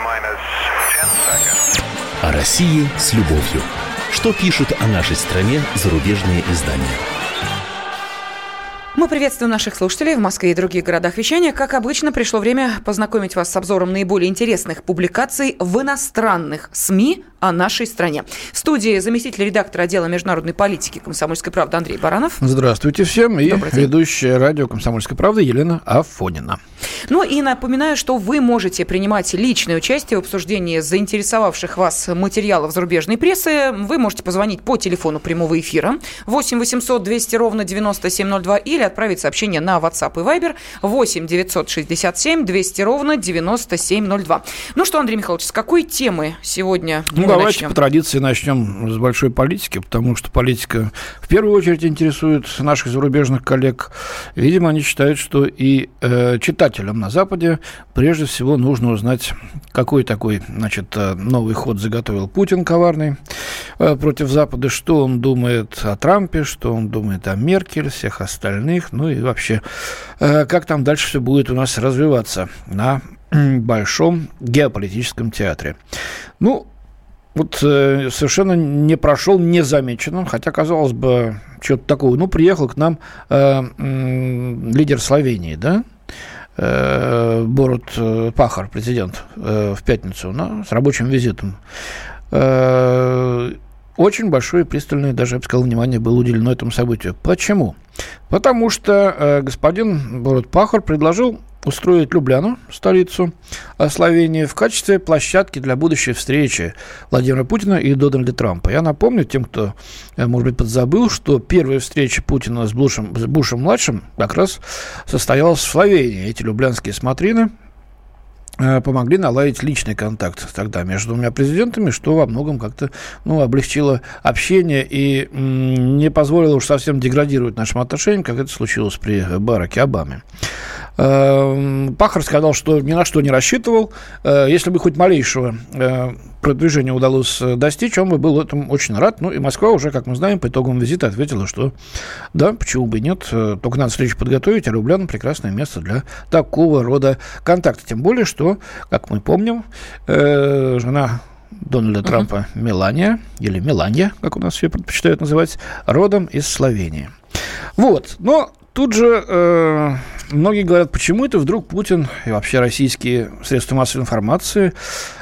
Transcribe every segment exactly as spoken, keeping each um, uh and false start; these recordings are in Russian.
О России с любовью. Что пишут о нашей стране зарубежные издания? Мы приветствуем наших слушателей в Москве и других городах вещания. Как обычно, пришло время познакомить вас с обзором наиболее интересных публикаций в иностранных СМИ о нашей стране. В студии заместитель редактора отдела международной политики «Комсомольской правды» Андрей Баранов. Здравствуйте всем. И ведущая радио «Комсомольской правды» Елена Афонина. Ну и напоминаю, что вы можете принимать личное участие в обсуждении заинтересовавших вас материалов зарубежной прессы. Вы можете позвонить по телефону прямого эфира восемь восемьсот двести ровно девяносто семь ноль два или отправить сообщение на WhatsApp и Viber восемь девятьсот шестьдесят семь двести ровно девяносто семь ноль два. Ну что, Андрей Михайлович, с какой темы сегодня ну, мы давайте начнем? По традиции начнем с большой политики, потому что политика в первую очередь интересует наших зарубежных коллег. Видимо, они считают, что и э, читателям на Западе прежде всего нужно узнать, какой такой, значит, новый ход заготовил Путин коварный э, против Запада, что он думает о Трампе, что он думает о Меркель, всех остальных, ну и вообще, э, как там дальше все будет у нас развиваться на большом геополитическом театре. Ну, вот э, совершенно не прошел незамеченным, хотя, казалось бы, что-то такого. Ну, приехал к нам э, э, лидер Словении, да, э, Борут Пахор, президент, э, в пятницу, ну, с рабочим визитом. Э, очень большое, пристальное, даже, я бы сказал, внимание было уделено этому событию. Почему? Потому что э, господин Борут Пахор предложил устроить Любляну, столицу Словении, в качестве площадки для будущей встречи Владимира Путина и Дональда Трампа. Я напомню тем, кто, может быть, подзабыл, что первая встреча Путина с Бушем, с Бушем-младшим как раз состоялась в Словении. Эти люблянские смотрины помогли наладить личный контакт тогда между двумя президентами, что во многом как-то ну, облегчило общение и м- не позволило уж совсем деградировать нашим отношениям, как это случилось при Бараке Обаме. Пахор сказал, что ни на что не рассчитывал. Если бы хоть малейшего продвижения удалось достичь, он бы был этому очень рад. Ну и Москва уже, как мы знаем, по итогам визита ответила, что да, почему бы и нет, только надо встречу подготовить, а Любляна прекрасное место для такого рода контакта. Тем более, что, как мы помним, жена Дональда Трампа uh-huh. Мелания, или Меланья, как у нас ее предпочитают называть, родом из Словении. Вот, но тут же э, многие говорят, почему это вдруг Путин и вообще российские средства массовой информации,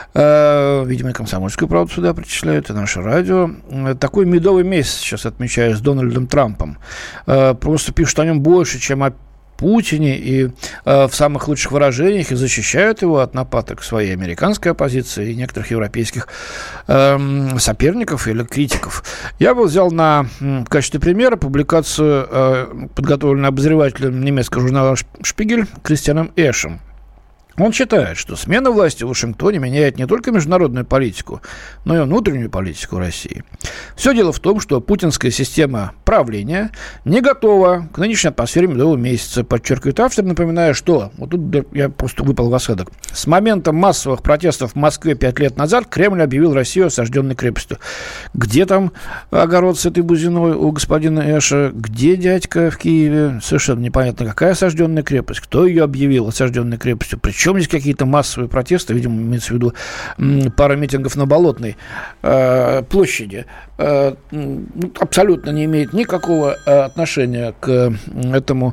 э, видимо, и «Комсомольскую правду» сюда причисляют, и наше радио, э, такой медовый месяц сейчас отмечают с Дональдом Трампом. Э, просто пишут о нем больше, чем о Путине, и э, в самых лучших выражениях, и защищают его от нападок своей американской оппозиции и некоторых европейских э, соперников или критиков. Я бы взял на, в качестве примера публикацию, э, подготовленную обозревателем немецкого журнала «Шпигель» Кристианом Эшем. Он считает, что смена власти в Вашингтоне меняет не только международную политику, но и внутреннюю политику России. Все дело в том, что путинская система правления не готова к нынешней атмосфере медового месяца, подчеркивает автор, напоминая, что, вот тут я просто выпал в осадок, с момента массовых протестов в Москве пять лет назад Кремль объявил Россию осажденной крепостью. Где там огород с этой бузиной у господина Эша? Где дядька в Киеве? Совершенно непонятно, какая осажденная крепость, кто ее объявил осажденной крепостью, причем здесь какие-то массовые протесты, видимо, имеется в виду м, пара митингов на Болотной э, площади, э, абсолютно не имеет никакого э, отношения к этому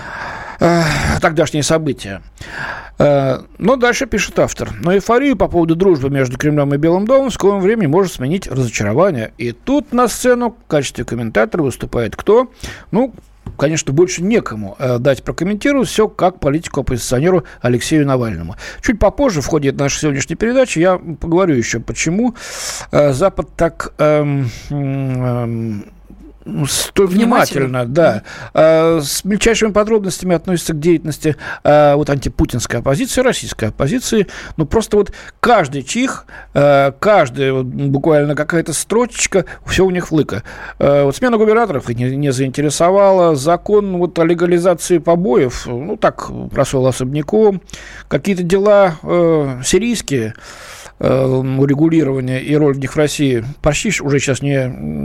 э, тогдашние события. Э, но дальше пишет автор. Но эйфорию по поводу дружбы между Кремлем и Белым домом в скором времени может сменить разочарование. И тут на сцену в качестве комментатора выступает кто? Ну, конечно, больше некому э, дать прокомментировать все как политику-оппозиционеру Алексею Навальному. Чуть попозже, в ходе нашей сегодняшней передачи, я поговорю еще, почему э, Запад так... Э, э, столь внимательно, внимательно да, э, с мельчайшими подробностями относится к деятельности э, вот антипутинской оппозиции, российской оппозиции. Ну, просто вот каждый чих, э, каждая вот, буквально какая-то строчечка, все у них флыка. Э, вот смена губернаторов их не, не заинтересовала. Закон вот, о легализации побоев, ну, так, прошел особняком. Какие-то дела э, сирийские, урегулирования и роль в них в России почти уже сейчас не,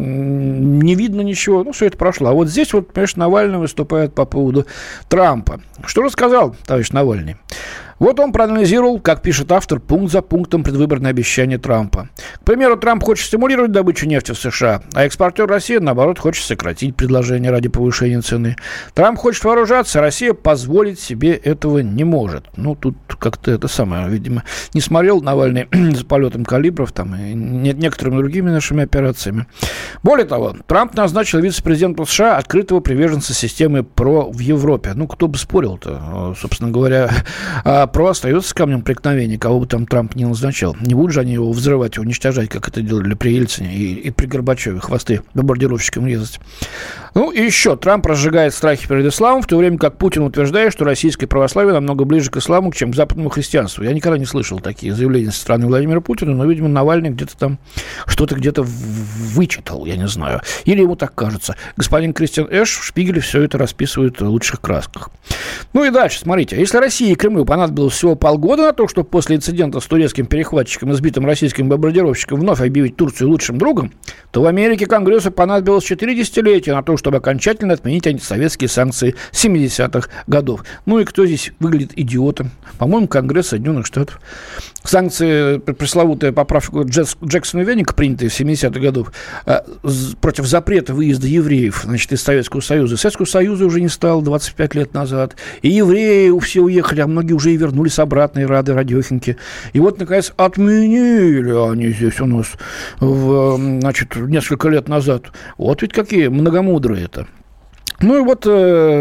не видно ничего. Ну, все это прошло. А вот здесь, вот, конечно, Навальный выступает по поводу Трампа. Что рассказал товарищ Навальный? Вот он проанализировал, как пишет автор, пункт за пунктом предвыборное обещание Трампа. К примеру, Трамп хочет стимулировать добычу нефти в США, а экспортер России, наоборот, хочет сократить предложение ради повышения цены. Трамп хочет вооружаться, а Россия позволить себе этого не может. Ну, тут как-то это самое, видимо, не смотрел Навальный за полетом калибров там, и некоторыми другими нашими операциями. Более того, Трамп назначил вице-президентом США открытого приверженца системы ПРО в Европе. Ну, кто бы спорил-то, собственно говоря, ПРО остается камнем преткновения, кого бы там Трамп не назначал. Не будут же они его взрывать и уничтожать, как это делали при Ельцине и, и при Горбачеве, хвосты бомбардировщикам резать. Ну, и еще Трамп разжигает страхи перед исламом, в то время как Путин утверждает, что российское православие намного ближе к исламу, чем к западному христианству. Я никогда не слышал такие заявления со стороны Владимира Путина, но, видимо, Навальный где-то там что-то где-то вычитал, я не знаю. Или ему так кажется. Господин Кристиан Эш в «Шпигеле» все это расписывает в лучших красках. Ну и дальше, смотрите. Если России и Кремлю понадобилось всего полгода на то, чтобы после инцидента с турецким перехватчиком и сбитым российским бомбардировщиком вновь объявить Турцию лучшим другом, то в Америке Конгрессу понадобилось четыре десятилетия на то, чтобы окончательно отменить антисоветские санкции семидесятых годов. Ну и кто здесь выглядит идиотом? По-моему, Конгресс Соединенных Штатов. Санкции, пресловутая поправка Джексона и Веника, принятые в семидесятых годов, против запрета выезда евреев, значит, из Советского Союза. Советского Союза уже не стало двадцать пять лет назад. И евреи все уехали, а многие уже и вернулись обратно, и рады радехинки. И вот, наконец, отменили они здесь у нас, в, значит, несколько лет назад. Вот ведь какие многомудрые это. Ну и вот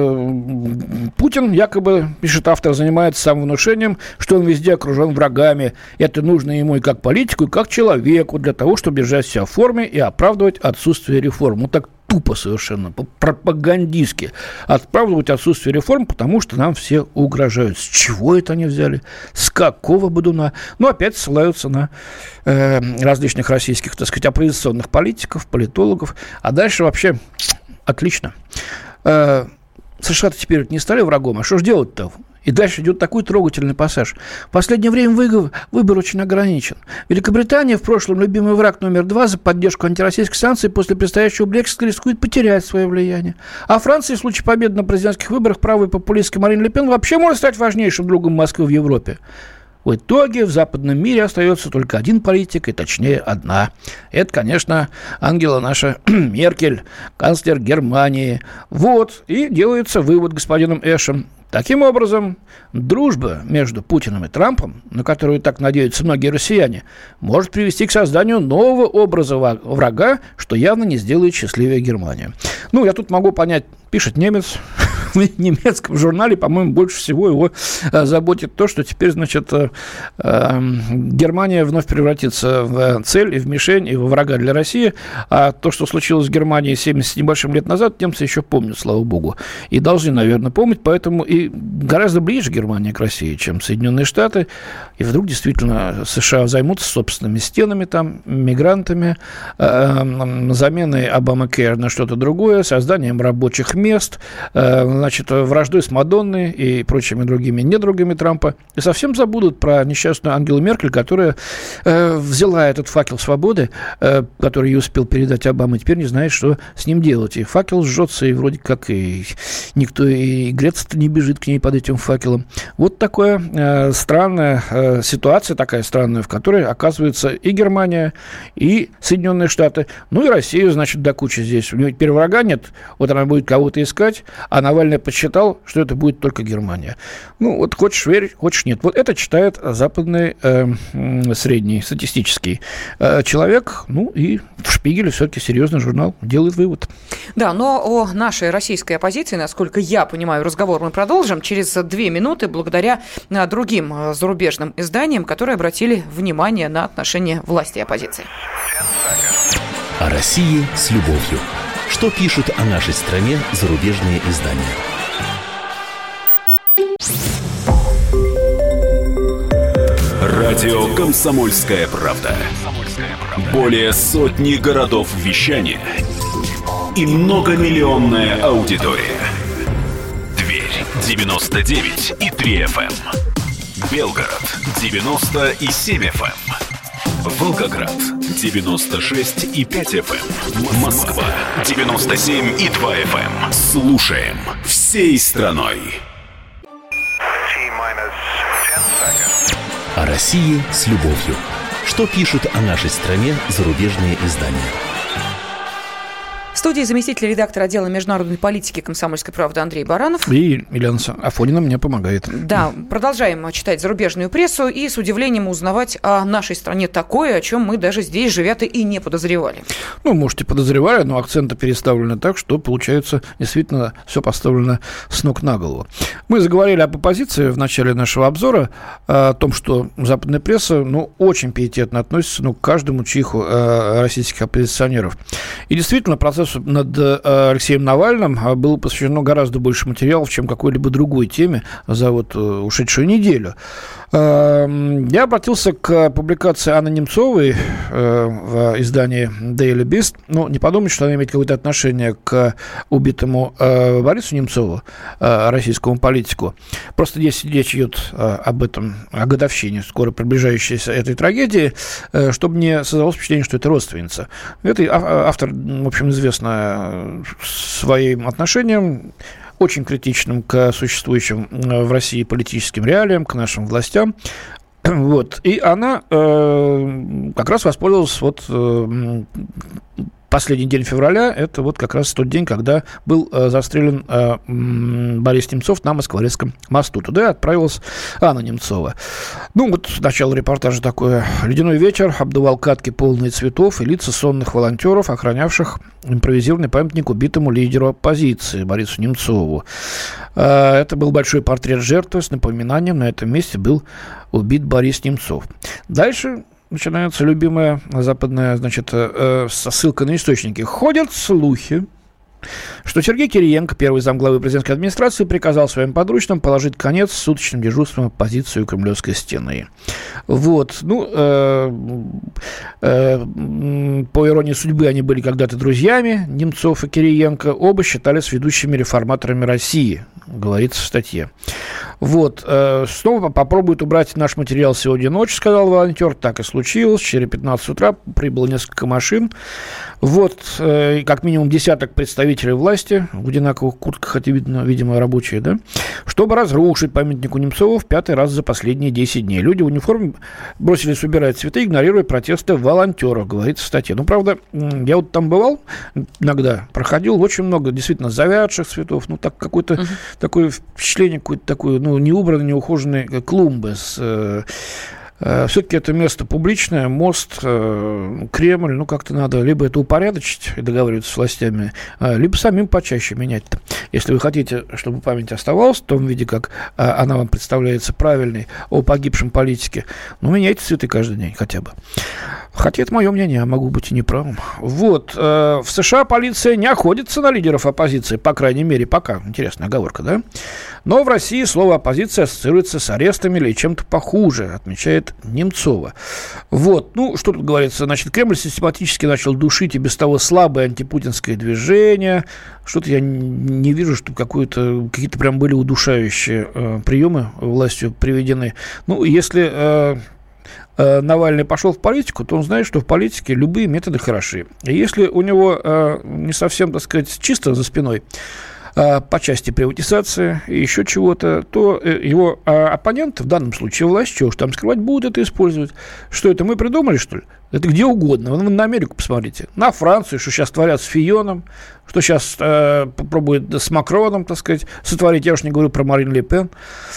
э, Путин, якобы, пишет автор, занимается самовнушением, что он везде окружен врагами. Это нужно ему и как политику, и как человеку, для того, чтобы держать себя в форме и оправдывать отсутствие реформ. Ну так тупо совершенно, пропагандистски оправдывать отсутствие реформ, потому что нам все угрожают. С чего это они взяли? С какого бодуна? Ну, опять ссылаются на э, различных российских, так сказать, оппозиционных политиков, политологов. А дальше вообще отлично. США-то теперь не стали врагом, а что же делать-то? И дальше идет такой трогательный пассаж. В последнее время выбор, выбор очень ограничен. Великобритания, в прошлом любимый враг номер два, за поддержку антироссийских санкций после предстоящего Брексита рискует потерять свое влияние. А Франция в случае победы на президентских выборах правой популистской Марин Ле Пен вообще может стать важнейшим другом Москвы в Европе. В итоге в западном мире остается только один политик, и точнее одна. Это, конечно, Ангела наша Меркель, канцлер Германии. Вот, и делается вывод господином Эшем. Таким образом, дружба между Путиным и Трампом, на которую так надеются многие россияне, может привести к созданию нового образа врага, что явно не сделает счастливее Германию. Ну, я тут могу понять, пишет немец, в немецком журнале, по-моему, больше всего его заботит то, что теперь, значит, Германия вновь превратится в цель и в мишень, и во врага для России. А то, что случилось в Германии семьдесят с небольшим лет назад, немцы еще помнят, слава богу. И должны, наверное, помнить, поэтому и гораздо ближе Германия к России, чем Соединенные Штаты. И вдруг действительно США займутся собственными стенами, там, мигрантами, заменой Обама-Кэр на что-то другое, созданием рабочих мест, значит, враждой с Мадонной и прочими другими недругами Трампа. И совсем забудут про несчастную Ангелу Меркель, которая э, взяла этот факел свободы, э, который ей успел передать Обама, и теперь не знает, что с ним делать. И факел сжется, и вроде как и никто и греться-то не бежит к ней под этим факелом. Вот такая э, странная э, ситуация, такая странная, в которой оказывается и Германия, и Соединенные Штаты, ну и Россия, значит, до кучи здесь. У нее теперь врага нет, вот она будет кого-то искать, а Навальный подсчитал, что это будет только Германия. Ну, вот хочешь верь, хочешь нет. Вот это читает западный э, средний статистический э, человек, ну и в «Шпигеле» все-таки серьезный журнал делает вывод. Да, но о нашей российской оппозиции, насколько я понимаю, разговор мы продолжим через две минуты благодаря другим зарубежным изданиям, которые обратили внимание на отношения власти и оппозиции. О России с любовью. Что пишут о нашей стране зарубежные издания? Радио «Комсомольская правда». Более сотни городов вещания и многомиллионная аудитория. Тверь девяносто девять и три эф эм. Белгород девяносто и семь эф эм. Волгоград девяносто шесть и пять эф эм. Москва девяносто семь и два эф эм. Слушаем всей страной. России с любовью. Что пишут о нашей стране зарубежные издания? В студии заместитель редактора отдела международной политики «Комсомольской правды» Андрей Баранов. И Елена Афонина мне помогает. Да, продолжаем читать зарубежную прессу и с удивлением узнавать о нашей стране такое, о чем мы даже здесь, живя, и не подозревали. Ну, может, и подозревали, но акценты переставлены так, что, получается, действительно все поставлено с ног на голову. Мы заговорили об оппозиции в начале нашего обзора, о том, что западная пресса, ну, очень пиететно относится, ну, к каждому чиху э, российских оппозиционеров. И действительно, процесс над Алексеем Навальным было посвящено гораздо больше материалов, чем какой-либо другой теме за вот ушедшую неделю. Я обратился к публикации Анны Немцовой в издании Daily Beast. Ну, не подумайте, что она имеет какое-то отношение к убитому Борису Немцову, российскому политику. Просто здесь речь идет об этом, о годовщине, скоро приближающейся этой трагедии, чтобы не создалось впечатление, что это родственница. Это автор, в общем, известна своим отношением, очень критичным к существующим в России политическим реалиям, к нашим властям. Вот. И она э, как раз воспользовалась вот, э, последний день февраля, это вот как раз тот день, когда был э, застрелен э, Борис Немцов на Москворецком мосту. Туда отправилась Анна Немцова. Ну, вот начало репортажа такое. Ледяной ветер обдувал катки, полные цветов, и лица сонных волонтеров, охранявших импровизированный памятник убитому лидеру оппозиции Борису Немцову. Э, это был большой портрет жертвы с напоминанием: на этом месте был убит Борис Немцов. Дальше начинается любимая западная, значит, э, ссылка на источники. Ходят слухи, что Сергей Кириенко, первый замглавы президентской администрации, приказал своим подручным положить конец суточным дежурствам оппозиции у Кремлевской стены. Вот. Ну, э, э, по иронии судьбы, они были когда-то друзьями, Немцов и Кириенко. Оба считались ведущими реформаторами России, говорится в статье. Вот. Э, снова попробуют убрать наш материал сегодня ночью, сказал волонтер. Так и случилось. В четыре пятнадцать утра прибыло несколько машин. Вот. Э, как минимум десяток представителей власти в одинаковых куртках, это видно, видимо, рабочие, да, чтобы разрушить памятнику Немцову в пятый раз за последние десять дней. Люди в униформе бросились убирать цветы, игнорируя протесты волонтеров, говорится в статье. Ну, правда, я вот там бывал, иногда проходил, очень много действительно завядших цветов, ну, так, какое-то uh-huh. такое впечатление, какой-то такой, ну, неубранной, неухоженной клумбы с... Э, все-таки это место публичное, мост, Кремль, ну, как-то надо либо это упорядочить и договариваться с властями, либо самим почаще менять-то. Если вы хотите, чтобы память оставалась в том виде, как она вам представляется правильной о погибшем политике, ну, меняйте цветы каждый день хотя бы. Хотя это мое мнение, я могу быть и неправым. Вот. В США полиция не охотится на лидеров оппозиции, по крайней мере, пока. Интересная оговорка, да? Но в России слово «оппозиция» ассоциируется с арестами или чем-то похуже, отмечает Немцова. Вот. Ну, что тут говорится? Значит, Кремль систематически начал душить и без того слабое антипутинское движение. Что-то я не вижу, что какое-то, какие-то прям были удушающие э, приемы властью приведены. Ну, если... Э, Навальный пошел в политику, то он знает, что в политике любые методы хороши. И если у него э, не совсем, так сказать, чисто за спиной э, по части приватизации и еще чего-то, то э, его э, оппоненты, в данном случае власть, чего уж там скрывать, будут это использовать. Что это, мы придумали, что ли? Это где угодно. Вы на Америку посмотрите, на Францию, что сейчас творят с Фийоном, что сейчас э, попробуют с Макроном, так сказать, сотворить. Я уж не говорю про Марин Ле Пен.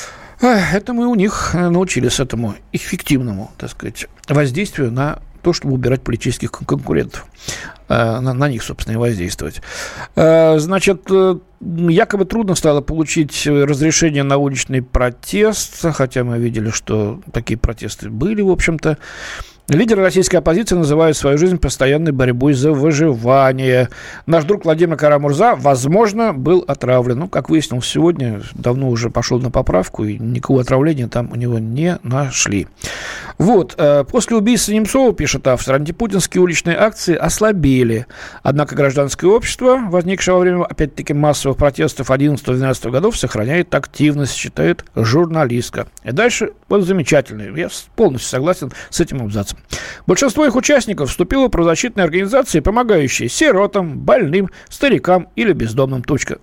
Это мы у них научились этому эффективному, так сказать, воздействию на то, чтобы убирать политических конкурентов. На, на них, собственно, и воздействовать. Значит, якобы трудно стало получить разрешение на уличный протест, хотя мы видели, что такие протесты были, в общем-то. Лидеры российской оппозиции называют свою жизнь постоянной борьбой за выживание. Наш друг Владимир Кара-Мурза, возможно, был отравлен. Ну, как выяснилось сегодня, давно уже пошел на поправку, и никакого отравления там у него не нашли. Вот. После убийства Немцова, пишет автор, антипутинские уличные акции ослабели. Однако гражданское общество, возникшее во время, опять-таки, массовых протестов одиннадцатого-двенадцатого годов, сохраняет активность, считает журналистка. И дальше вот замечательно. Я полностью согласен с этим абзацем. Большинство их участников вступило в правозащитные организации, помогающие сиротам, больным, старикам или бездомным. Точка. Вот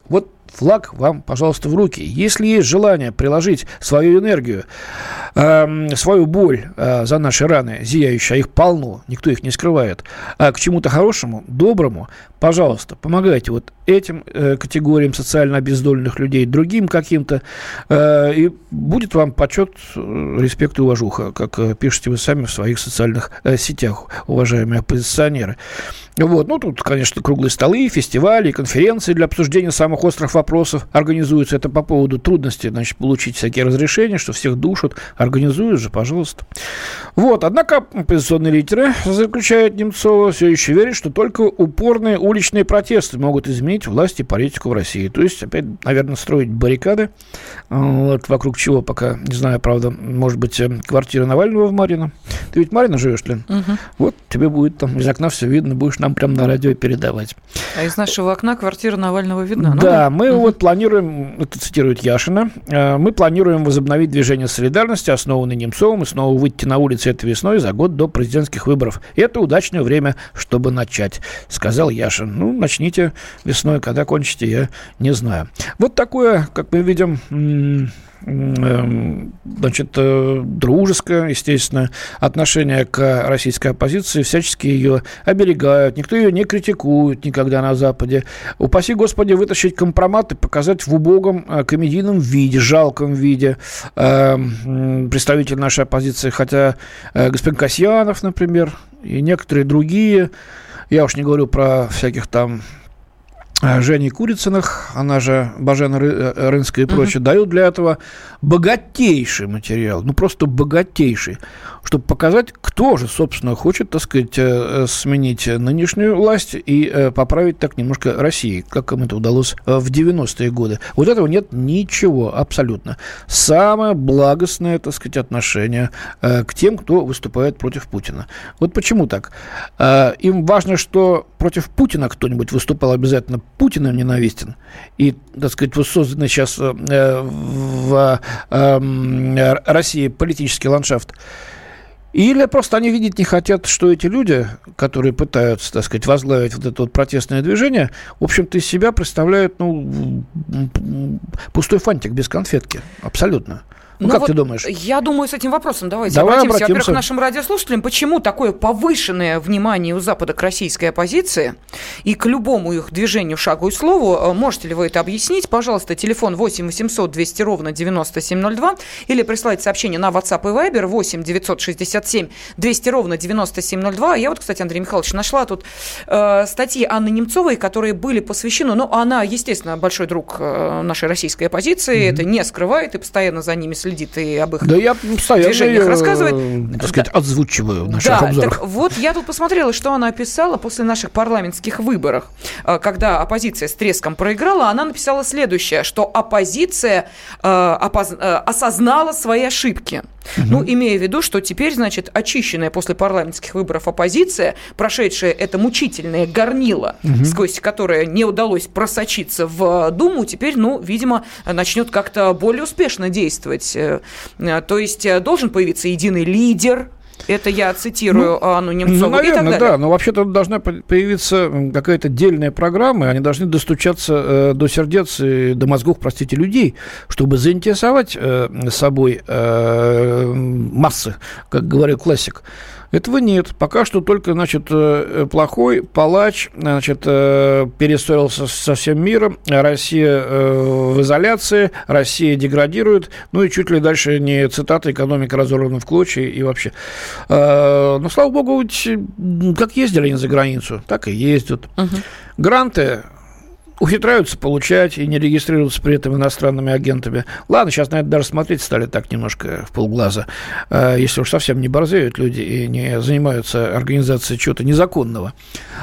флаг вам, пожалуйста, в руки. Если есть желание приложить свою энергию, э, свою боль э, за наши раны, зияющие, а их полно, никто их не скрывает, а к чему-то хорошему, доброму, пожалуйста, помогайте вот этим э, категориям социально обездоленных людей, другим каким-то, э, и будет вам почет, респект и уважуха, как э, пишете вы сами в своих социальных э, сетях, уважаемые оппозиционеры. Вот. Ну, тут, конечно, круглые столы, фестивали, конференции для обсуждения самых острых вопросов организуются. Это по поводу трудности, значит, получить всякие разрешения, что всех душат. Организуют же, пожалуйста. Вот. Однако оппозиционные лидеры, заключает Немцова, все еще верят, что только упорные уличные протесты могут изменить власть и политику в России. То есть, опять, наверное, строить баррикады, вот, вокруг чего пока, не знаю, правда, может быть, квартира Навального в Марьино. Ты ведь в Марьино живешь, Лен? Угу. Вот тебе будет там из окна все видно, будешь нам прямо на радио передавать. А из нашего окна квартира Навального видна? Ну, да, да, мы угу. вот планируем, это цитирует Яшина, мы планируем возобновить движение солидарности, основанное Немцовым, и снова выйти на улицы этой весной за год до президентских выборов. И это удачное время, чтобы начать, сказал Яшин. Ну, начните весной, когда кончите, я не знаю. Вот такое, как мы видим, значит, дружеское, естественно, отношение к российской оппозиции, всячески ее оберегают, никто ее не критикует никогда на Западе. Упаси Господи вытащить компромат и показать в убогом комедийном виде, жалком виде э, представитель нашей оппозиции, хотя э, господин Касьянов, например, и некоторые другие, я уж не говорю про всяких там Жени Курицыных, она же Бажена Рынская и прочее, uh-huh. дают для этого богатейший материал, ну просто богатейший, чтобы показать, кто же, собственно, хочет, так сказать, сменить нынешнюю власть и поправить так немножко Россию, как им это удалось в девяностые годы. Вот этого нет ничего абсолютно. Самое благостное, так сказать, отношение к тем, кто выступает против Путина. Вот почему так? Им важно, что против Путина кто-нибудь выступал обязательно Путин ненавистен. И, так сказать, воссозданный сейчас э, в э, России политический ландшафт. Или просто они видеть не хотят, что эти люди, которые пытаются, так сказать, возглавить вот это вот протестное движение, в общем-то, из себя представляют, ну, пустой фантик без конфетки. Абсолютно. Ну, ну как вот ты думаешь? Я думаю, с этим вопросом давайте Давай обратимся. обратимся. Во-первых, к нашим радиослушателям. Почему такое повышенное внимание у Запада к российской оппозиции и к любому их движению, шагу и слову? Можете ли вы это объяснить? Пожалуйста, телефон восемь восемьсот двести ровно девяносто семь ноль два или присылайте сообщение на WhatsApp и Viber восемь девятьсот шестьдесят семь двести ровно девяносто семь ноль два. Я вот, кстати, Андрей Михайлович, нашла тут э, статьи Анны Немцовой, которые были посвящены... Ну, она, естественно, большой друг э, нашей российской оппозиции, mm-hmm. это не скрывает и постоянно за ними следит. Следит и об их да я движениях рассказывает. Так сказать, да. озвучиваю в наших да, обзорах. Так вот, я тут посмотрела, что она описала после наших парламентских выборов. Когда оппозиция с треском проиграла, она написала следующее, что оппозиция э, опоз... э, осознала свои ошибки. Угу. Ну, имея в виду, что теперь, значит, очищенная после парламентских выборов оппозиция, прошедшая это мучительное горнило, угу. сквозь которое не удалось просочиться в Думу, теперь, ну, видимо, начнет как-то более успешно действовать. То есть должен появиться единый лидер. Это я цитирую ну, Анну Немцову. Ну, наверное, и так далее. Да, но вообще-то должна появиться какая-то дельная программа, и они должны достучаться э, до сердец и до мозгов, простите, людей, чтобы заинтересовать э, собой э, массы, как говорил классик. Этого нет. Пока что только, значит, плохой палач, значит, перессорился со всем миром, Россия в изоляции, Россия деградирует, ну и чуть ли дальше не цитата «экономика разорвана в клочья» и вообще. Но, слава богу, как ездили они за границу, так и ездят. Угу. Гранты ухитряются получать и не регистрируются при этом иностранными агентами. Ладно, сейчас на это даже смотреть стали так немножко в полглаза, если уж совсем не борзеют люди и не занимаются организацией чего-то незаконного.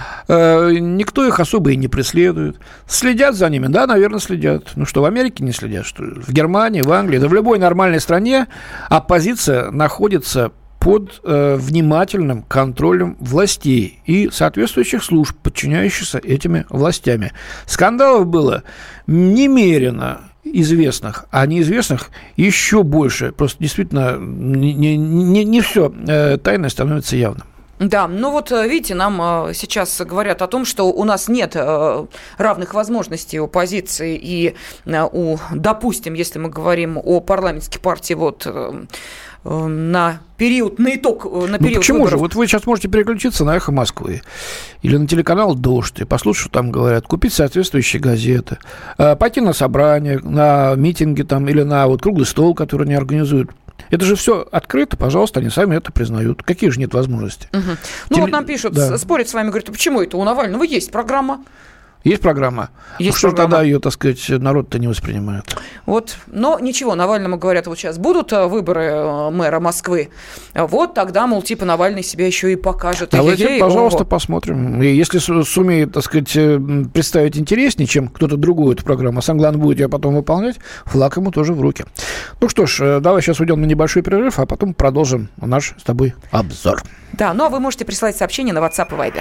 Никто их особо и не преследует. Следят за ними? Да, наверное, следят. Ну что, в Америке не следят? Что в Германии, в Англии, да в любой нормальной стране оппозиция находится под э, внимательным контролем властей и соответствующих служб, подчиняющихся этими властями. Скандалов было немерено известных, а неизвестных еще больше. Просто действительно не, не, не, не все э, тайное становится явным. Да, ну вот видите, нам сейчас говорят о том, что у нас нет равных возможностей у оппозиции и у, допустим, если мы говорим о парламентской партии, вот на период, на итог, на период ну, почему выборов. же? Вот вы сейчас можете переключиться на «Эхо Москвы» или на телеканал «Дождь» и послушать, что там говорят, купить соответствующие газеты, пойти на собрания, на митинги там, или на вот круглый стол, который они организуют. Это же все открыто, пожалуйста, они сами это признают. Какие же нет возможности? Угу. Ну Теле... вот нам пишут, да. спорят с вами, говорят, а почему это у Навального есть программа? Есть программа? Есть ну, что программа. Тогда ее, так сказать, народ-то не воспринимает? Вот, но ничего, Навальному говорят, вот сейчас будут выборы мэра Москвы, вот тогда, мол, типа Навальный себя еще и покажет. Давайте, Ей-ей-ей, пожалуйста, ого. посмотрим. И если сумеет, так сказать, представить интереснее, чем кто-то другой эту программу, а сам главное будет ее потом выполнять, флаг ему тоже в руки. Ну что ж, давай сейчас уйдем на небольшой перерыв, а потом продолжим наш с тобой обзор. Да, ну а вы можете присылать сообщения на WhatsApp и Viber.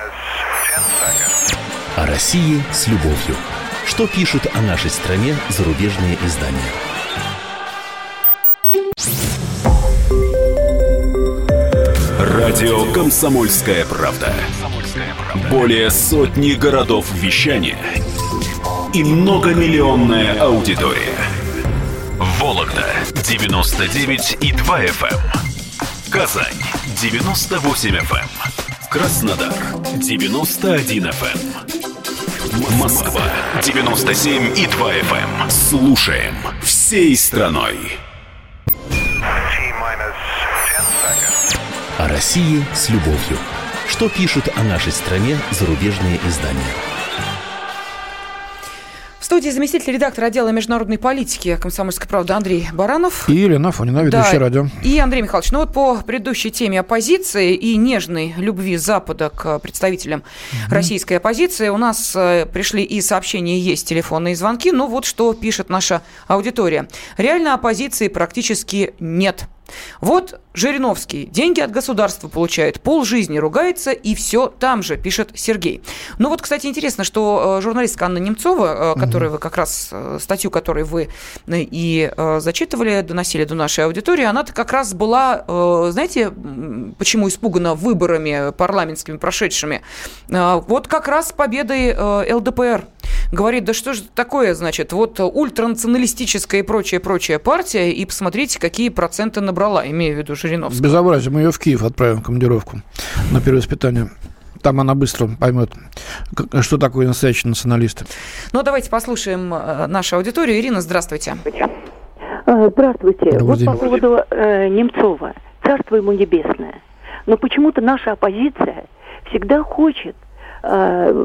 О России с любовью. Что пишут о нашей стране зарубежные издания? Радио «Комсомольская правда». Более сотни городов вещания и многомиллионная аудитория. Вологда девяносто девять и два эф эм, Казань девяносто восемь эф эм, Краснодар девяносто один эф эм, Москва девяносто семь и два эф эм. Слушаем всей страной. О России с любовью. Что пишут о нашей стране зарубежные издания? В студии заместитель редактора отдела международной политики «Комсомольской правды» Андрей Баранов. И Елена Афонина, ведущая да, радио. И Андрей Михайлович, ну вот по предыдущей теме оппозиции и нежной любви Запада к представителям mm-hmm. российской оппозиции у нас пришли и сообщения, есть телефонные звонки. Ну вот что пишет наша аудитория. Реально оппозиции практически нет. Вот Жириновский деньги от государства получает, полжизни ругается, и все там же, пишет Сергей. Ну вот, кстати, интересно, что журналистка Анна Немцова, которую вы как раз, статью, которую вы и зачитывали, доносили до нашей аудитории, она-то как раз была, знаете, почему испугана выборами парламентскими прошедшими? Вот как раз победой эл дэ пэ эр. Говорит, да что же такое, значит, вот ультранационалистическая и прочая-прочая партия, и посмотрите, какие проценты набрала, имею в виду Жириновскую. Безобразие, мы ее в Киев отправим в командировку на перевоспитание. Там она быстро поймет, что такое настоящий националист. Ну, давайте послушаем нашу аудиторию. Ирина, здравствуйте. Здравствуйте. Добрый вот день. По поводу э, Немцова. Царство ему небесное. Но почему-то наша оппозиция всегда хочет э,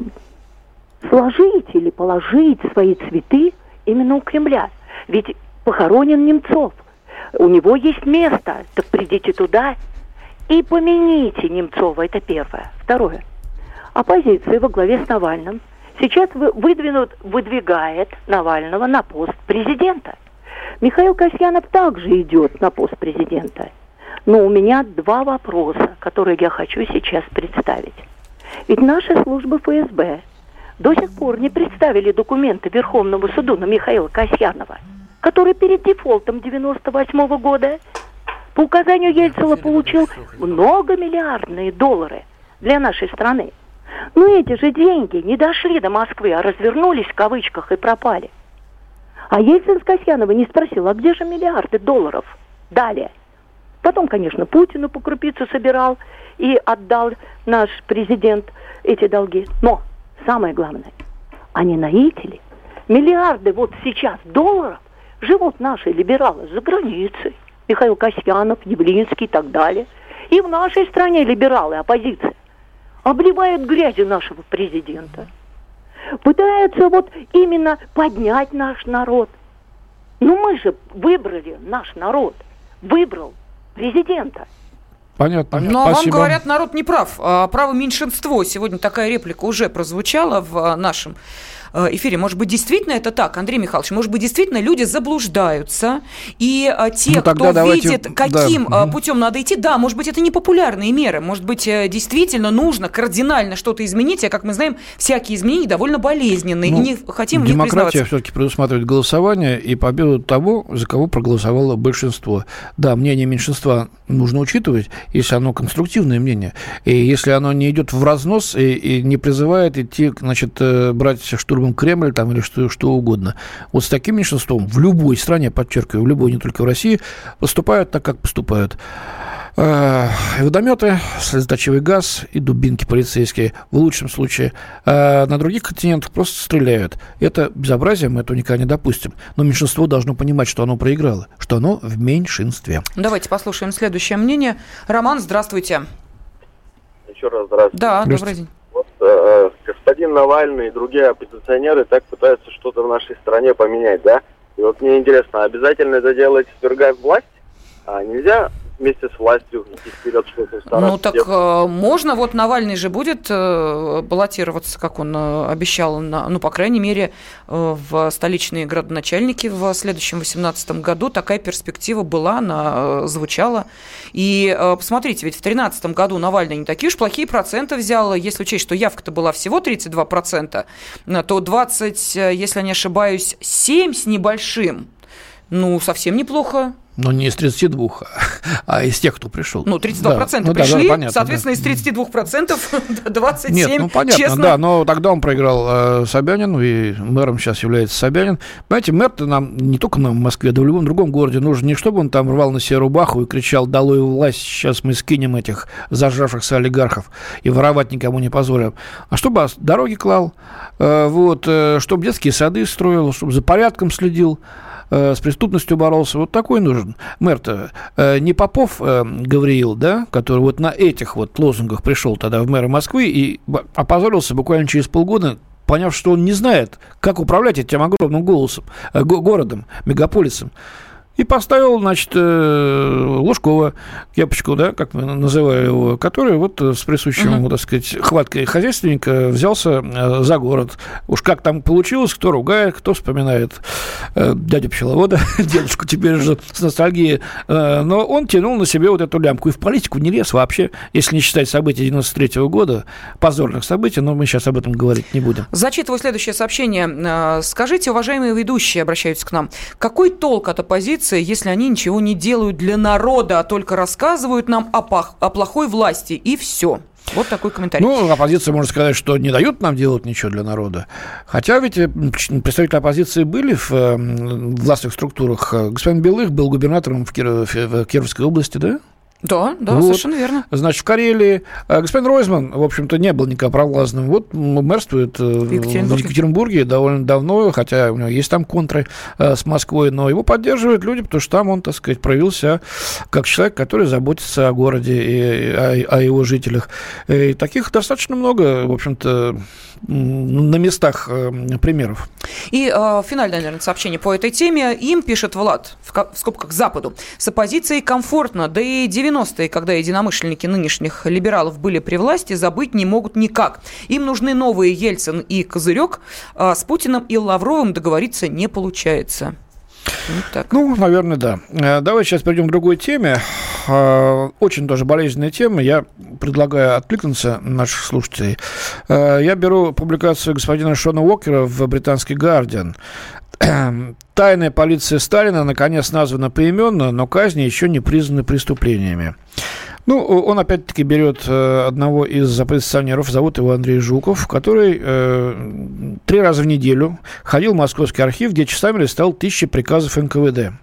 сложить или положить свои цветы именно у Кремля. Ведь похоронен Немцов. У него есть место. Так придите туда и помяните Немцова. Это первое. Второе. Оппозиция во главе с Навальным сейчас выдвинут, выдвигает Навального на пост президента. Михаил Касьянов также идет на пост президента. Но у меня два вопроса, которые я хочу сейчас представить. Ведь наши службы эф эс бэ до сих пор не представили документы Верховному суду на Михаила Касьянова, который перед дефолтом девяносто восьмого года по указанию Ельцина получил многомиллиардные доллары для нашей страны. Но эти же деньги не дошли до Москвы, а развернулись в кавычках и пропали. А Ельцин с Касьянова не спросил, а где же миллиарды долларов? Далее. Потом, конечно, Путину по крупицу собирал и отдал наш президент эти долги. Но самое главное, они наители. Миллиарды вот сейчас долларов живут наши либералы за границей. Михаил Касьянов, Явлинский и так далее. И в нашей стране либералы, оппозиция, обливают грязью нашего президента. Пытаются вот именно поднять наш народ. Ну мы же выбрали, наш народ выбрал президента. Понятно. Ну, а Спасибо. вам говорят, народ не прав. Право меньшинство. Сегодня такая реплика уже прозвучала в нашем эфире, может быть, действительно это так, Андрей Михайлович, может быть, действительно люди заблуждаются, и те, ну, кто давайте... видит, каким да. путем надо идти, да, может быть, это не популярные меры, может быть, действительно нужно кардинально что-то изменить, а, как мы знаем, всякие изменения довольно болезненные, ну, и не хотим в них признаваться. Демократия все-таки предусматривает голосование и победу того, за кого проголосовало большинство. Да, мнение меньшинства нужно учитывать, если оно конструктивное мнение, и если оно не идет в разнос и, и не призывает идти, значит, брать штурмом Кремль там, или что, что угодно. Вот с таким меньшинством в любой стране, подчеркиваю, в любой, не только в России, поступают так, как поступают. Водометы, слезоточивый газ и дубинки полицейские, в лучшем случае. А на других континентах просто стреляют. Это безобразие, мы этого никогда не допустим. Но меньшинство должно понимать, что оно проиграло, что оно в меньшинстве. Давайте послушаем следующее мнение. Роман, здравствуйте. Еще раз здравствуйте. Да, добрый день. Вот, э, господин Навальный и другие оппозиционеры так пытаются что-то в нашей стране поменять, да? И вот мне интересно, обязательно это делать, свергая власть? А нельзя вместе с властью идти вперед, что-то стараться? Ну так э, можно, вот Навальный же будет э, баллотироваться, как он э, обещал, на, ну, по крайней мере, э, в столичные градоначальники в следующем восемнадцатом году. Такая перспектива была, она э, звучала. И э, посмотрите, ведь в тринадцатом году Навальный не такие уж плохие проценты взял, если учесть, что явка-то была всего тридцать два процента, то двадцать, если я не ошибаюсь, семь с небольшим, ну, совсем неплохо. Но не из тридцати двух, а из тех, кто пришел. Ну, тридцать два процента да. пришли, ну, да, да, понятно, соответственно, да. из тридцати двух процентов двадцать семь, Нет, ну, понятно, честно. Да, но тогда он проиграл э, Собянину, и мэром сейчас является Собянин. Понимаете, мэр-то нам, не только нам в Москве, да в любом другом городе нужен не чтобы он там рвал на себе рубаху и кричал: «Долой власть, сейчас мы скинем этих зажравшихся олигархов и воровать никому не позволим», а чтобы дороги клал, э, вот, э, чтобы детские сады строил, чтобы за порядком следил, с преступностью боролся. Вот такой нужен мэр-то. Не Попов Гавриил, да, который вот на этих вот лозунгах пришел тогда в мэра Москвы и опозорился буквально через полгода, поняв, что он не знает, как управлять этим огромным голосом, городом, мегаполисом. И поставил, значит, Лужкова, кепочку, да, как мы называем его, который вот с присущим ему, uh-huh. так сказать, хваткой хозяйственника взялся за город. Уж как там получилось, кто ругает, кто вспоминает дядю пчеловода, дедушку теперь же с ностальгией, но он тянул на себе вот эту лямку. И в политику не лез вообще, если не считать событий девяносто третьего года, позорных событий, но мы сейчас об этом говорить не будем. Зачитываю следующее сообщение. Скажите, уважаемые ведущие, обращаются к нам, какой толк от оппозиции, если они ничего не делают для народа, а только рассказывают нам о, пах- о плохой власти, и все. Вот такой комментарий. Ну, оппозиция, можно сказать, что не дают нам делать ничего для народа. Хотя ведь представители оппозиции были в э, властных структурах. Господин Белых был губернатором в, Киров, в Кировской области, да? Да, да, вот. Совершенно верно. Значит, в Карелии господин Ройзман, в общем-то, не был никак провластным. Вот мэрствует в Екатеринбурге. в Екатеринбурге довольно давно, хотя у него есть там контры э, с Москвой, но его поддерживают люди, потому что там он, так сказать, проявился как человек, который заботится о городе и о, о его жителях. И таких достаточно много, в общем-то, на местах э, примеров. И э, финальное, наверное, сообщение по этой теме. Им, пишет Влад, в, в скобках Западу, с оппозицией комфортно, да и девяностые, когда единомышленники нынешних либералов были при власти, забыть не могут никак. Им нужны новые Ельцин и Козырек, а с Путиным и Лавровым договориться не получается. Вот так. Ну, наверное, да. Давайте сейчас перейдем к другой теме. Очень тоже болезненная тема. Я предлагаю откликнуться наших слушателей. Я беру публикацию господина Шона Уокера в британский «Гардиан». Тайная полиция Сталина наконец названа поименно, но казни еще не признаны преступлениями. Ну, он опять-таки берет э, одного из оппозиционеров, зовут его Андрей Жуков, который э, три раза в неделю ходил в Московский архив, где часами листал тысячи приказов эн ка вэ дэ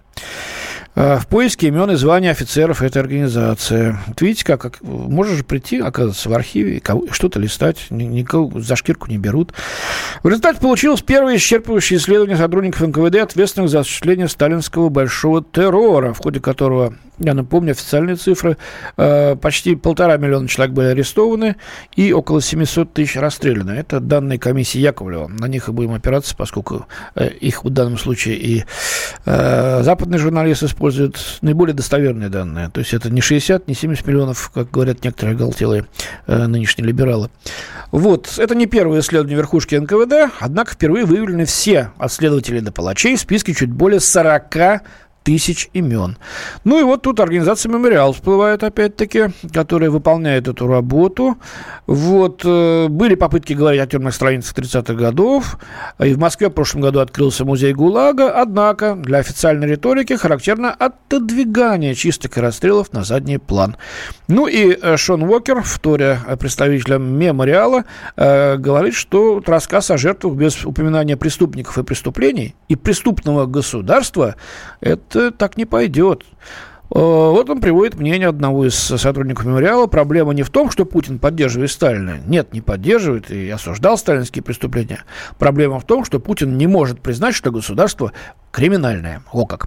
э, в поиске имен и званий офицеров этой организации. Вот видите, как, как можно же прийти, оказывается, в архиве, что-то листать, никого за шкирку не берут. В результате получилось первое исчерпывающее исследование сотрудников эн ка вэ дэ, ответственных за осуществление сталинского большого террора, в ходе которого Я напомню, официальные цифры. Почти полтора миллиона человек были арестованы и около семьсот тысяч расстреляны. Это данные комиссии Яковлева. На них и будем опираться, поскольку их в данном случае и западные журналисты используют наиболее достоверные данные. То есть это не шестьдесят, не семьдесят миллионов, как говорят некоторые оголтелые нынешние либералы. Вот. Это не первое исследование верхушки эн ка вэ дэ, однако впервые выявлены все от следователей до палачей в списке чуть более сорока тысяч имен. Ну и вот тут организация «Мемориал» всплывает опять-таки, которая выполняет эту работу. Вот. Были попытки говорить о темных страницах тридцатых годов. И в Москве в прошлом году открылся музей ГУЛАГа. Однако для официальной риторики характерно отодвигание чисток и расстрелов на задний план. Ну и Шон Уокер, вторя представителям «Мемориала», говорит, что вот рассказ о жертвах без упоминания преступников и преступлений и преступного государства – это Это так не пойдет. Вот он приводит мнение одного из сотрудников «Мемориала». Проблема не в том, что Путин поддерживает Сталина. Нет, не поддерживает и осуждал сталинские преступления. Проблема в том, что Путин не может признать, что государство криминальное. О как.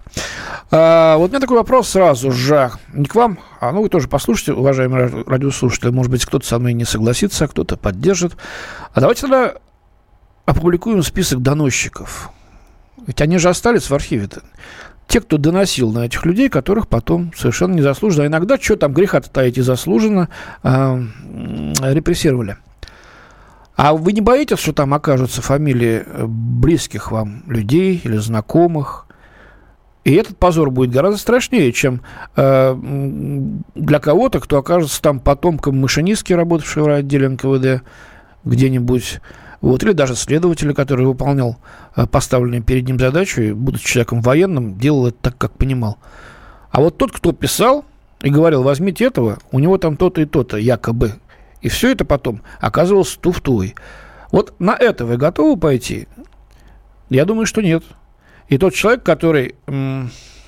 А, вот у меня такой вопрос сразу же. Не к вам, а ну вы тоже послушайте, уважаемые радиослушатели. Может быть, кто-то со мной не согласится, а кто-то поддержит. А давайте тогда опубликуем список доносчиков. Ведь они же остались в архиве-то. Те, кто доносил на этих людей, которых потом совершенно незаслуженно, а иногда, что там греха-то таить, и заслуженно э, репрессировали. А вы не боитесь, что там окажутся фамилии близких вам людей или знакомых? И этот позор будет гораздо страшнее, чем э, для кого-то, кто окажется там потомком машинистки, работавшего в отделе эн ка вэ дэ, где-нибудь... Вот, или даже следователя, который выполнял э, поставленную перед ним задачу, и, будучи человеком военным, делал это так, как понимал. А вот тот, кто писал и говорил, возьмите этого, у него там то-то и то-то, якобы. И все это потом оказывалось туфтой. Вот на это вы готовы пойти? Я думаю, что нет. И тот человек, который м-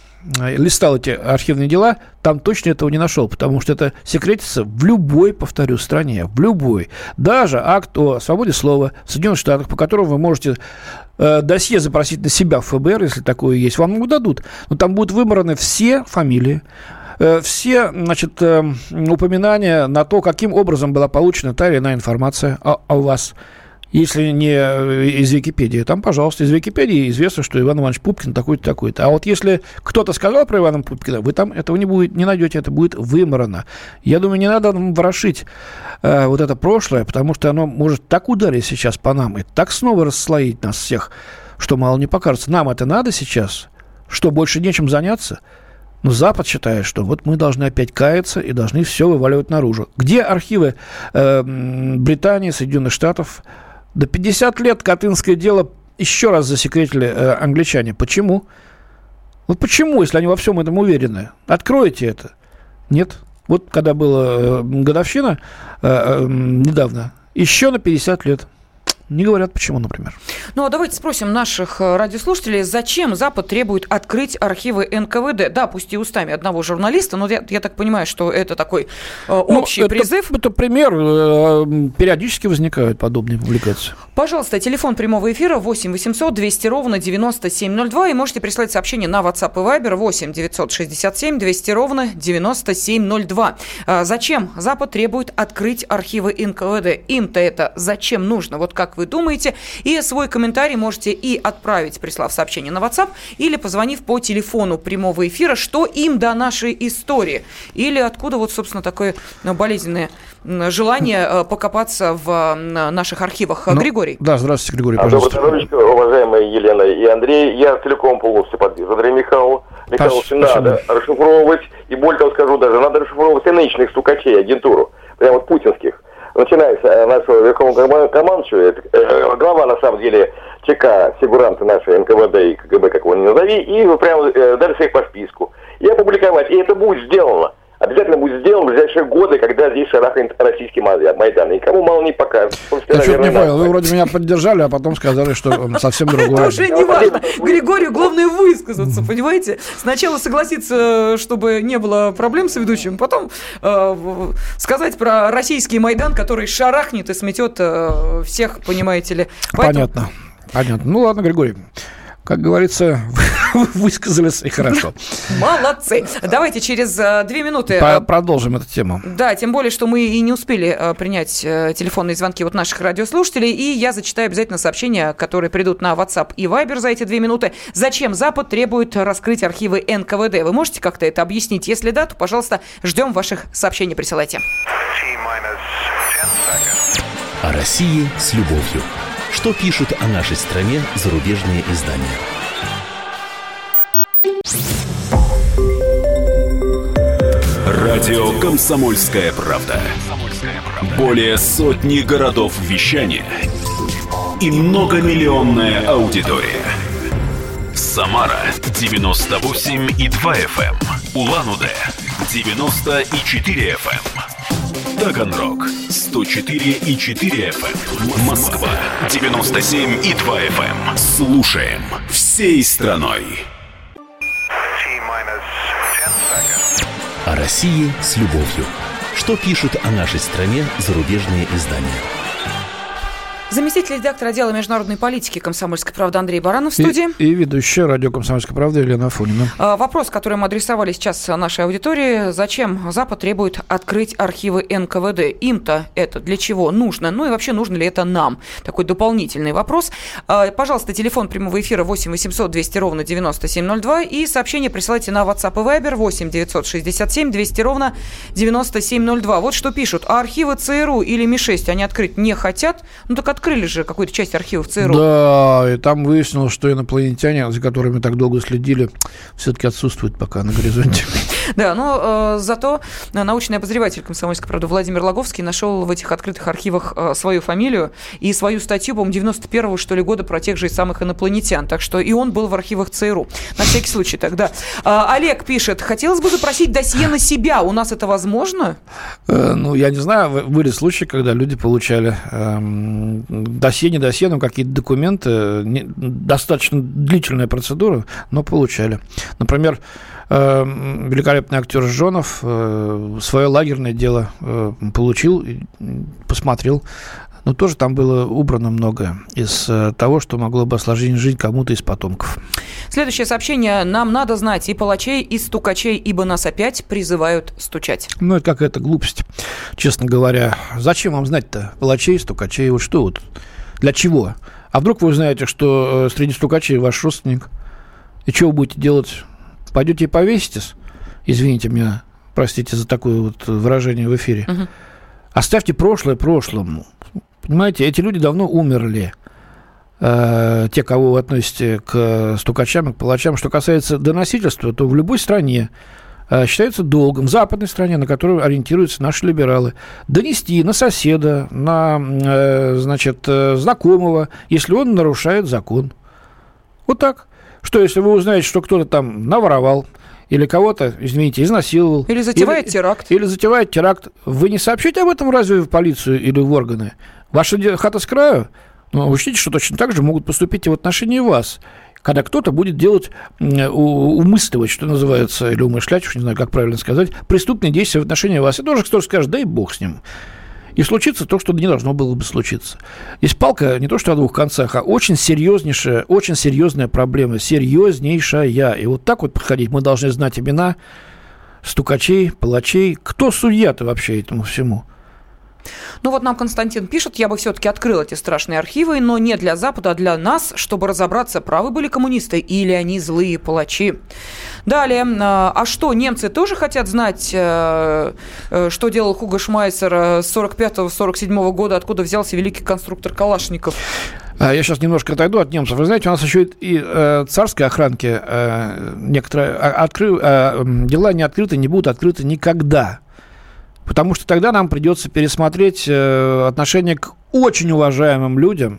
листал эти архивные дела, там точно этого не нашел, потому что это секретится в любой, повторю, стране, в любой. Даже акт о свободе слова в Соединенных Штатах, по которому вы можете э, досье запросить на себя в эф бэ эр, если такое есть, вам его дадут. Но там будут выбраны все фамилии, э, все, значит, э, упоминания на то, каким образом была получена та или иная информация о, о вас. Если не из Википедии, там, пожалуйста, из Википедии известно, что Иван Иванович Пупкин такой-то, такой-то. А вот если кто-то сказал про Ивана Пупкина, вы там этого не, будет, не найдете, это будет вымарано. Я думаю, не надо нам ворошить э, вот это прошлое, потому что оно может так ударить сейчас по нам и так снова расслоить нас всех, что мало не покажется. Нам это надо сейчас? Что, больше нечем заняться? Но Запад считает, что вот мы должны опять каяться и должны все вываливать наружу. Где архивы э, Британии, Соединенных Штатов? Да пятьдесят лет Катынское дело еще раз засекретили э, англичане. Почему? Вот почему, если они во всем этом уверены? Откройте это. Нет. Вот когда была э, годовщина э, э, недавно, еще на пятьдесят лет. Не говорят, почему, например. Ну, а давайте спросим наших радиослушателей, зачем Запад требует открыть архивы эн ка вэ дэ? Да, пусть и устами одного журналиста, но я, я так понимаю, что это такой э, общий ну, это, призыв. Это пример. Э, периодически возникают подобные публикации. Пожалуйста, телефон прямого эфира восемь восемьсот двести ровно девяносто семь ноль два. И можете прислать сообщение на WhatsApp и Viber восемь девятьсот шестьдесят семь двести ровно девяносто семь ноль два. А зачем Запад требует открыть архивы эн ка вэ дэ? Им-то это зачем нужно? Вот как вы думаете? И свой комментарий можете и отправить, прислав сообщение на WhatsApp, или позвонив по телефону прямого эфира, что им до нашей истории. Или откуда вот, собственно, такое болезненное желание покопаться в наших архивах. Ну, Григорий. Да, здравствуйте, Григорий, пожалуйста. Доброе утро, уважаемые Елена и Андрей. Я целиком полностью поддерживаю Андрей Михайлович. Михайлович, надо расшифровывать, и более того скажу даже, надо расшифровывать и нынешних стукачей, агентуру, прям вот путинских. Начиная с нашего верховного командующего, э, глава, на самом деле, ЧК, фигуранты нашей эн ка вэ дэ и ка гэ бэ, как его ни назови, и прямо э, дальше их по списку. И опубликовать. И это будет сделано. Обязательно будет сделано в ближайшие годы, когда здесь шарахает российский Майдан. Никому мало не покажет. Я что-то не понял. Вы вроде меня поддержали, а потом сказали, что совсем другое. Уже не важно. Григорию главное высказаться, понимаете? Сначала согласиться, чтобы не было проблем с ведущим, потом сказать про российский Майдан, который шарахнет и сметет всех, понимаете ли. Понятно. Понятно. Ну ладно, Григорий. Как говорится, высказались, и хорошо. Молодцы. Давайте через две минуты... Продолжим эту тему. Да, тем более, что мы и не успели принять телефонные звонки от наших радиослушателей, и я зачитаю обязательно сообщения, которые придут на WhatsApp и Viber за эти две минуты. Зачем Запад требует раскрыть архивы эн ка вэ дэ? Вы можете как-то это объяснить? Если да, то, пожалуйста, ждем ваших сообщений, присылайте. О России с любовью. Что пишут о нашей стране зарубежные издания? Радио «Комсомольская правда». Более сотни городов вещания и многомиллионная аудитория. Самара девяносто восемь и два эф эм, Улан-Удэ девяносто и четыре эф эм, Таганрог сто четыре и четыре эф эм, Москва девяносто семь и два эф эм. Слушаем всей страной. О России с любовью. Что пишут о нашей стране зарубежные издания? Заместитель редактора отдела международной политики «Комсомольской правды» Андрей Баранов в студии. И, и ведущая радио «Комсомольская правда» Елена Афонина. А, вопрос, который мы адресовали сейчас нашей аудитории. Зачем Запад требует открыть архивы эн ка вэ дэ? Им-то это для чего нужно? Ну и вообще, нужно ли это нам? Такой дополнительный вопрос. А, пожалуйста, телефон прямого эфира восемь восемьсот двести ровно девяносто семь ноль два. И сообщение присылайте на WhatsApp и Viber восемь девятьсот шестьдесят семь двести ровно девяносто семь ноль два. Вот что пишут. А архивы цэ эр у или эм и шесть они открыть не хотят? Ну так открыли же какую-то часть архивов цэ эр у. Да, и там выяснилось, что инопланетяне, за которыми так долго следили, все-таки отсутствуют пока на горизонте. Да, но э, зато научный обозреватель «Комсомольской правды» Владимир Логовский нашел в этих открытых архивах э, свою фамилию и свою статью, по-моему, девяносто первого, что ли, года про тех же самых инопланетян. Так что и он был в архивах цэ эр у. На всякий случай тогда. А, Олег пишет, хотелось бы запросить досье на себя. У нас это возможно? Э, ну, я не знаю, были случаи, когда люди получали э, досье, не досье, но какие-то документы. Не, достаточно длительная процедура, но получали. Например, великолепный актер Жонов э, свое лагерное дело э, получил, посмотрел. Но тоже там было убрано многое из э, того, что могло бы осложнить жизнь кому-то из потомков. Следующее сообщение. Нам надо знать и палачей, и стукачей, ибо нас опять призывают стучать. Ну, это какая-то глупость, честно говоря. Зачем вам знать-то палачей, стукачей? Вот что вот? Для чего? А вдруг вы узнаете, что среди стукачей ваш родственник? И что вы будете делать? Пойдете и повеситесь? Извините меня, простите за такое вот выражение в эфире. Угу. Оставьте прошлое прошлому. Понимаете, эти люди давно умерли. Э, те, кого вы относите к стукачам и к палачам. Что касается доносительства, то в любой стране э, считается долгом, в западной стране, на которую ориентируются наши либералы, донести на соседа, на э, значит, э, знакомого, если он нарушает закон. Вот так. Что, если вы узнаете, что кто-то там наворовал, или кого-то, извините, изнасиловал. Или затевает или, теракт. Или затевает теракт. Вы не сообщите об этом разве в полицию или в органы? Ваша хата с краю? Но учтите, что точно так же могут поступить и в отношении вас. Когда кто-то будет делать, умысливать, что называется, или умышлять, уж не знаю, как правильно сказать, преступные действия в отношении вас. И тоже кто-то скажет, да и бог с ним. И случится то, что не должно было бы случиться. Здесь палка не то что о двух концах, а очень серьезнейшая, очень серьезная проблема, серьезнейшая. И вот так вот подходить мы должны знать имена стукачей, палачей. Кто судья-то вообще этому всему? Ну вот нам Константин пишет, я бы все-таки открыл эти страшные архивы, но не для Запада, а для нас, чтобы разобраться, правы были коммунисты или они злые палачи. Далее, а что, немцы тоже хотят знать, что делал Хуго Шмайсер с сорок пятого - сорок седьмого года, откуда взялся великий конструктор Калашников? Я сейчас немножко отойду от немцев. Вы знаете, у нас еще и э, царской охранки э, некоторые откры, э, дела не открыты, не будут открыты никогда. Потому что тогда нам придется пересмотреть э, отношение к очень уважаемым людям,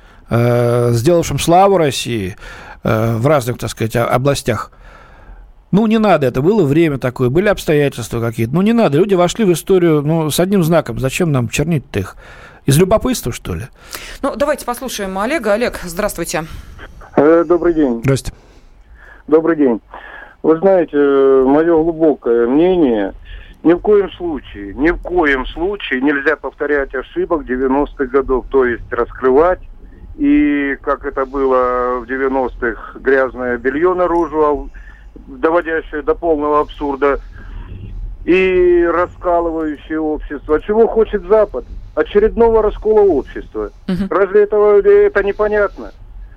э, сделавшим славу России э, в разных, так сказать, областях. Ну, не надо, это было время такое, были обстоятельства какие-то. Ну, не надо, люди вошли в историю ну, с одним знаком. Зачем нам чернить-то их? Из любопытства, что ли? Ну, давайте послушаем Олега. Олег, здравствуйте. Добрый день. Здравствуйте. Добрый день. Вы знаете, мое глубокое мнение, ни в коем случае, ни в коем случае нельзя повторять ошибок девяностых годов, то есть раскрывать и, как это было в девяностых, грязное белье наружу, доводящее до полного абсурда, и раскалывающее общество. Чего хочет Запад? Очередного раскола общества. Uh-huh. Разве этого, это непонятно?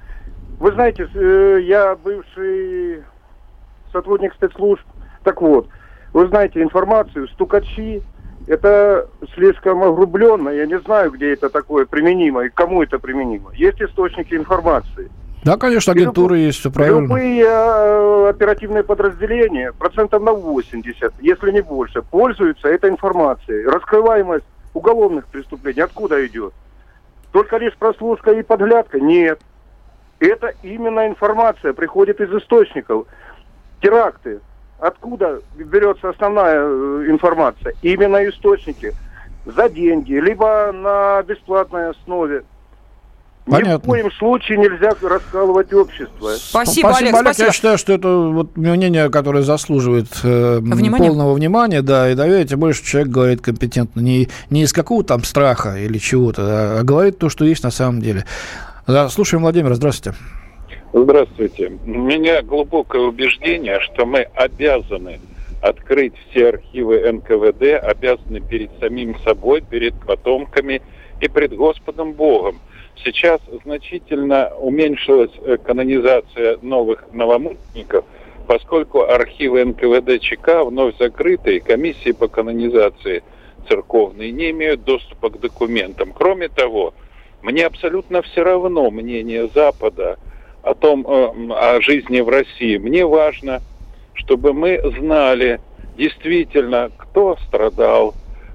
Вы знаете, я бывший сотрудник спецслужб. Так вот, вы знаете, информацию, стукачи, это слишком огрубленно. Я не знаю, где это такое применимо и кому это применимо. Есть источники информации. Да, конечно, агентуры люб... есть, все правильно. Любые э, оперативные подразделения, процентов на восемьдесят, если не больше, пользуются этой информацией. Раскрываемость уголовных преступлений откуда идет? Только лишь прослушка и подглядка? Нет. Это именно информация приходит из источников. Теракты. Откуда берется основная информация? Именно источники. За деньги, либо на бесплатной основе. Понятно. Ни в коем случае нельзя раскалывать общество. Спасибо, спасибо, Олег. Олег. Спасибо. Я считаю, что это вот мнение, которое заслуживает э, полного внимания, да, и доверия, тем более, что человек говорит компетентно, не, не из какого-то там страха или чего-то, а говорит то, что есть на самом деле. Да, слушаем Владимира, здравствуйте. Здравствуйте. У меня глубокое убеждение, что мы обязаны открыть все архивы эн ка вэ дэ, обязаны перед самим собой, перед потомками и пред Господом Богом. Сейчас значительно уменьшилась канонизация новых новомучеников, поскольку архивы эн ка вэ дэ ЧК вновь закрыты, и комиссии по канонизации церковные не имеют доступа к документам. Кроме того, мне абсолютно все равно мнение Запада о том, о жизни в России. Мне важно, чтобы мы знали действительно, кто страдал,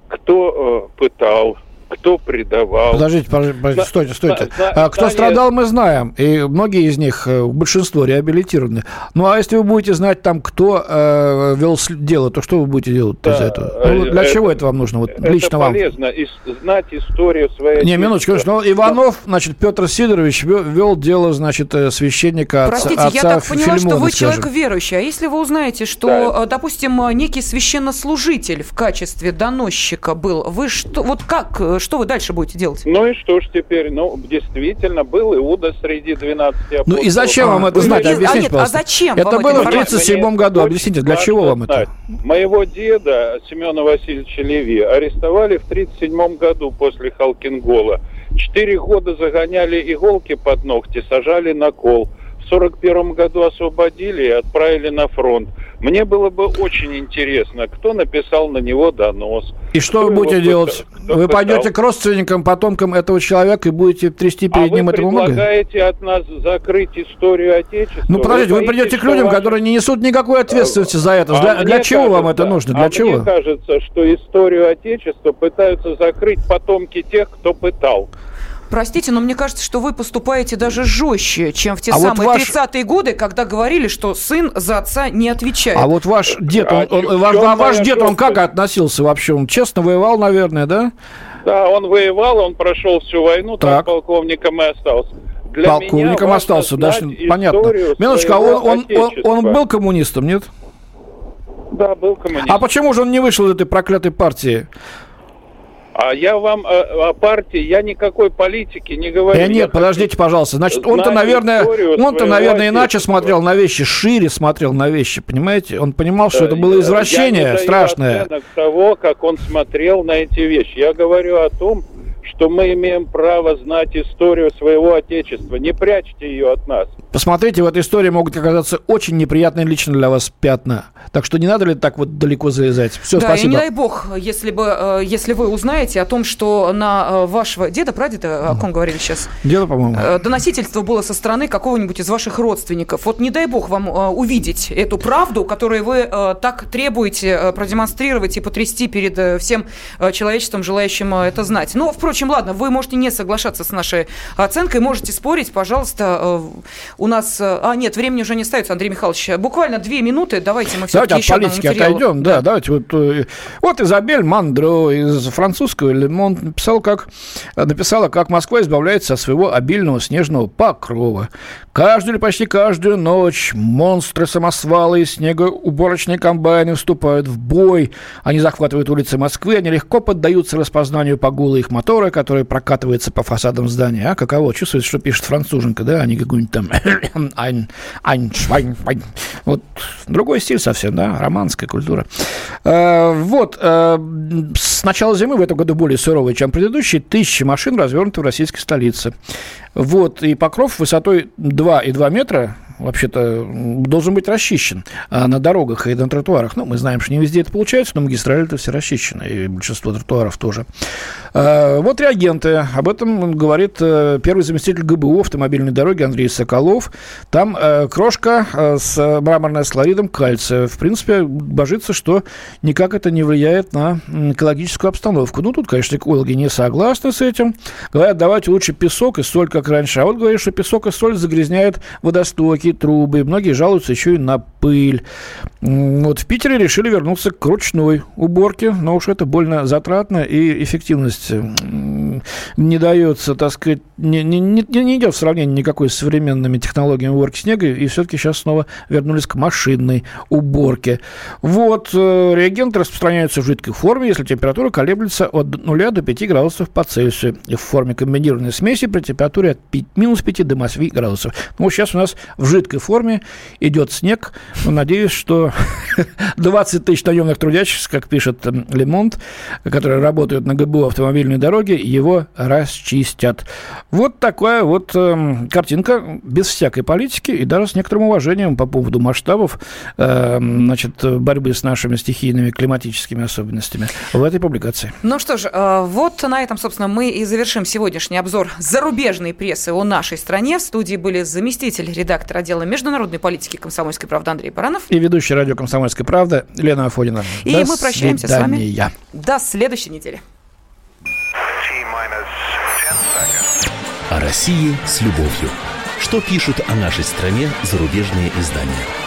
кто пытал, кто предавал. Подождите, подождите, стойте, стойте. За, за, Кто знание... страдал, мы знаем. И многие из них, большинство, реабилитированы. Ну, а если вы будете знать, там, кто э, вел дело, то что вы будете делать да, из-за этого? Ну, для это, чего это вам нужно? Вот, это лично полезно, вам. И знать историю своей... Не, минуточку, конечно. Ну, Иванов, значит, Петр Сидорович вел, вел дело, значит, священника отца Простите, отца я так поняла, Филимона, что вы скажем. человек верующий. А если вы узнаете, что, да. допустим, некий священнослужитель в качестве доносчика был, вы что, вот как, что вы дальше будете делать? Ну и что ж теперь? Ну, действительно, был Иуда среди двенадцати апостолов. Ну и зачем вам это знать? Объясните, а, нет, пожалуйста. А зачем это было в тридцать седьмом году. Объясните, для чего вам знать. это? Моего деда, Семена Васильевича Леви, арестовали в тридцать седьмом году после Халкингола. Четыре года загоняли иголки под ногти, сажали на кол. В сорок первом году освободили и отправили на фронт. Мне было бы очень интересно, кто написал на него донос. И что вы будете делать? Вы пытал? Пойдете к родственникам, потомкам этого человека и будете трясти перед а ним эту бумагу? А вы предлагаете от нас закрыть историю Отечества? Ну, подождите, вы, вы придете к людям, ваши... которые не несут никакой ответственности за это. А для для чего кажется, вам это нужно? Для а чего? Мне кажется, что историю Отечества пытаются закрыть потомки тех, кто пытал. Простите, но мне кажется, что вы поступаете даже жестче, чем в те а самые вот ваш... тридцатые годы, когда говорили, что сын за отца не отвечает. А вот ваш дед, он, он, он, ваш, ваш дед, он как относился вообще? Он честно воевал, наверное, да? Да, он воевал, он прошел всю войну, так. там полковником и остался. Для полковником остался, да, понятно. Минуточку, а он, он, он, он был коммунистом, нет? Да, был коммунистом. А почему же он не вышел из этой проклятой партии? А я вам о, о партии, я никакой политики не говорю. Я нет, я подождите, пожалуйста. Значит, он-то, наверное, он-то, наверное, иначе смотрел на вещи, шире смотрел на вещи, понимаете? Он понимал, что это было извращение я не страшное. даю оценок того, как он смотрел на эти вещи. Я говорю о том, что мы имеем право знать историю своего Отечества. Не прячьте ее от нас. Посмотрите, в этой истории могут оказаться очень неприятные лично для вас пятна. Так что не надо ли так вот далеко залезать? Все, да, спасибо. И не дай бог, если, бы, если вы узнаете о том, что на вашего деда, прадеда, о ком говорили сейчас? Деда, по-моему. Доносительство было со стороны какого-нибудь из ваших родственников. Вот не дай бог вам увидеть эту правду, которую вы так требуете продемонстрировать и потрясти перед всем человечеством, желающим это знать. Но, впрочем, ладно, вы можете не соглашаться с нашей оценкой, можете спорить, пожалуйста, У нас... А, нет, времени уже не остается, Андрей Михайлович. Буквально две минуты. Давайте мы все-таки еще Давайте от политики отойдем. Да, давайте. Вот, вот Изабель Мандро из французского Le Monde написала, как, написала, как Москва избавляется от своего обильного снежного покрова. Каждую или почти каждую ночь монстры, самосвалы и снегоуборочные комбайны вступают в бой. Они захватывают улицы Москвы, они легко поддаются распознанию по гулу их мотора, который прокатывается по фасадам здания. А каково? Чувствуется, что пишет француженка, да? Они какую-нибудь там... ein, ein, Schwein, ein. Вот другой стиль совсем, да? Романская культура. А, вот. А, с начала зимы в этом году более суровый, чем предыдущий. Тысячи машин развернуты в российской столице. Вот. И покров высотой два и два метра вообще-то должен быть расчищен а, на дорогах и на тротуарах. Ну, мы знаем, что не везде это получается, но магистрали-то все расчищены, и большинство тротуаров тоже. А, вот реагенты. Об этом говорит а, первый заместитель ГБУ автомобильной дороги Андрей Соколов. Там а, крошка а, с мраморной с хлоридом кальция. В принципе, божится, что никак это не влияет на экологическую обстановку. Ну, тут, конечно, экологи не согласны с этим. Говорят, давайте лучше песок и соль, как раньше. А вот говорят, что песок и соль загрязняют водостоки, трубы. Многие жалуются еще и на пыль. Вот в Питере решили вернуться к ручной уборке, но уж это больно затратно, и эффективность не дается, так сказать, не, не, не идет в сравнение никакой с современными технологиями уборки снега, и все-таки сейчас снова вернулись к машинной уборке. Вот, реагенты распространяются в жидкой форме, если температура колеблется от нуля до пяти градусов по Цельсию, и в форме комбинированной смеси при температуре от минус пяти до восьми градусов. Ну, вот сейчас у нас в жидкой форме идет снег. Ну, надеюсь, что двадцать тысяч наемных трудящихся, как пишет Le Monde, которые работают на ГБУ автомобильной дороги, его расчистят. Вот такая вот э, картинка, без всякой политики и даже с некоторым уважением по поводу масштабов э, значит, борьбы с нашими стихийными климатическими особенностями в этой публикации. Ну что ж, э, вот на этом, собственно, мы и завершим сегодняшний обзор зарубежной прессы о нашей стране. В студии были заместитель редактора отдела международной политики «Комсомольской правды» Андрей Баранов и ведущий радио «Комсомольская правда» Лена Афонина. И До мы прощаемся свидания. с вами до следующей недели. О России с любовью. Что пишут о нашей стране зарубежные издания?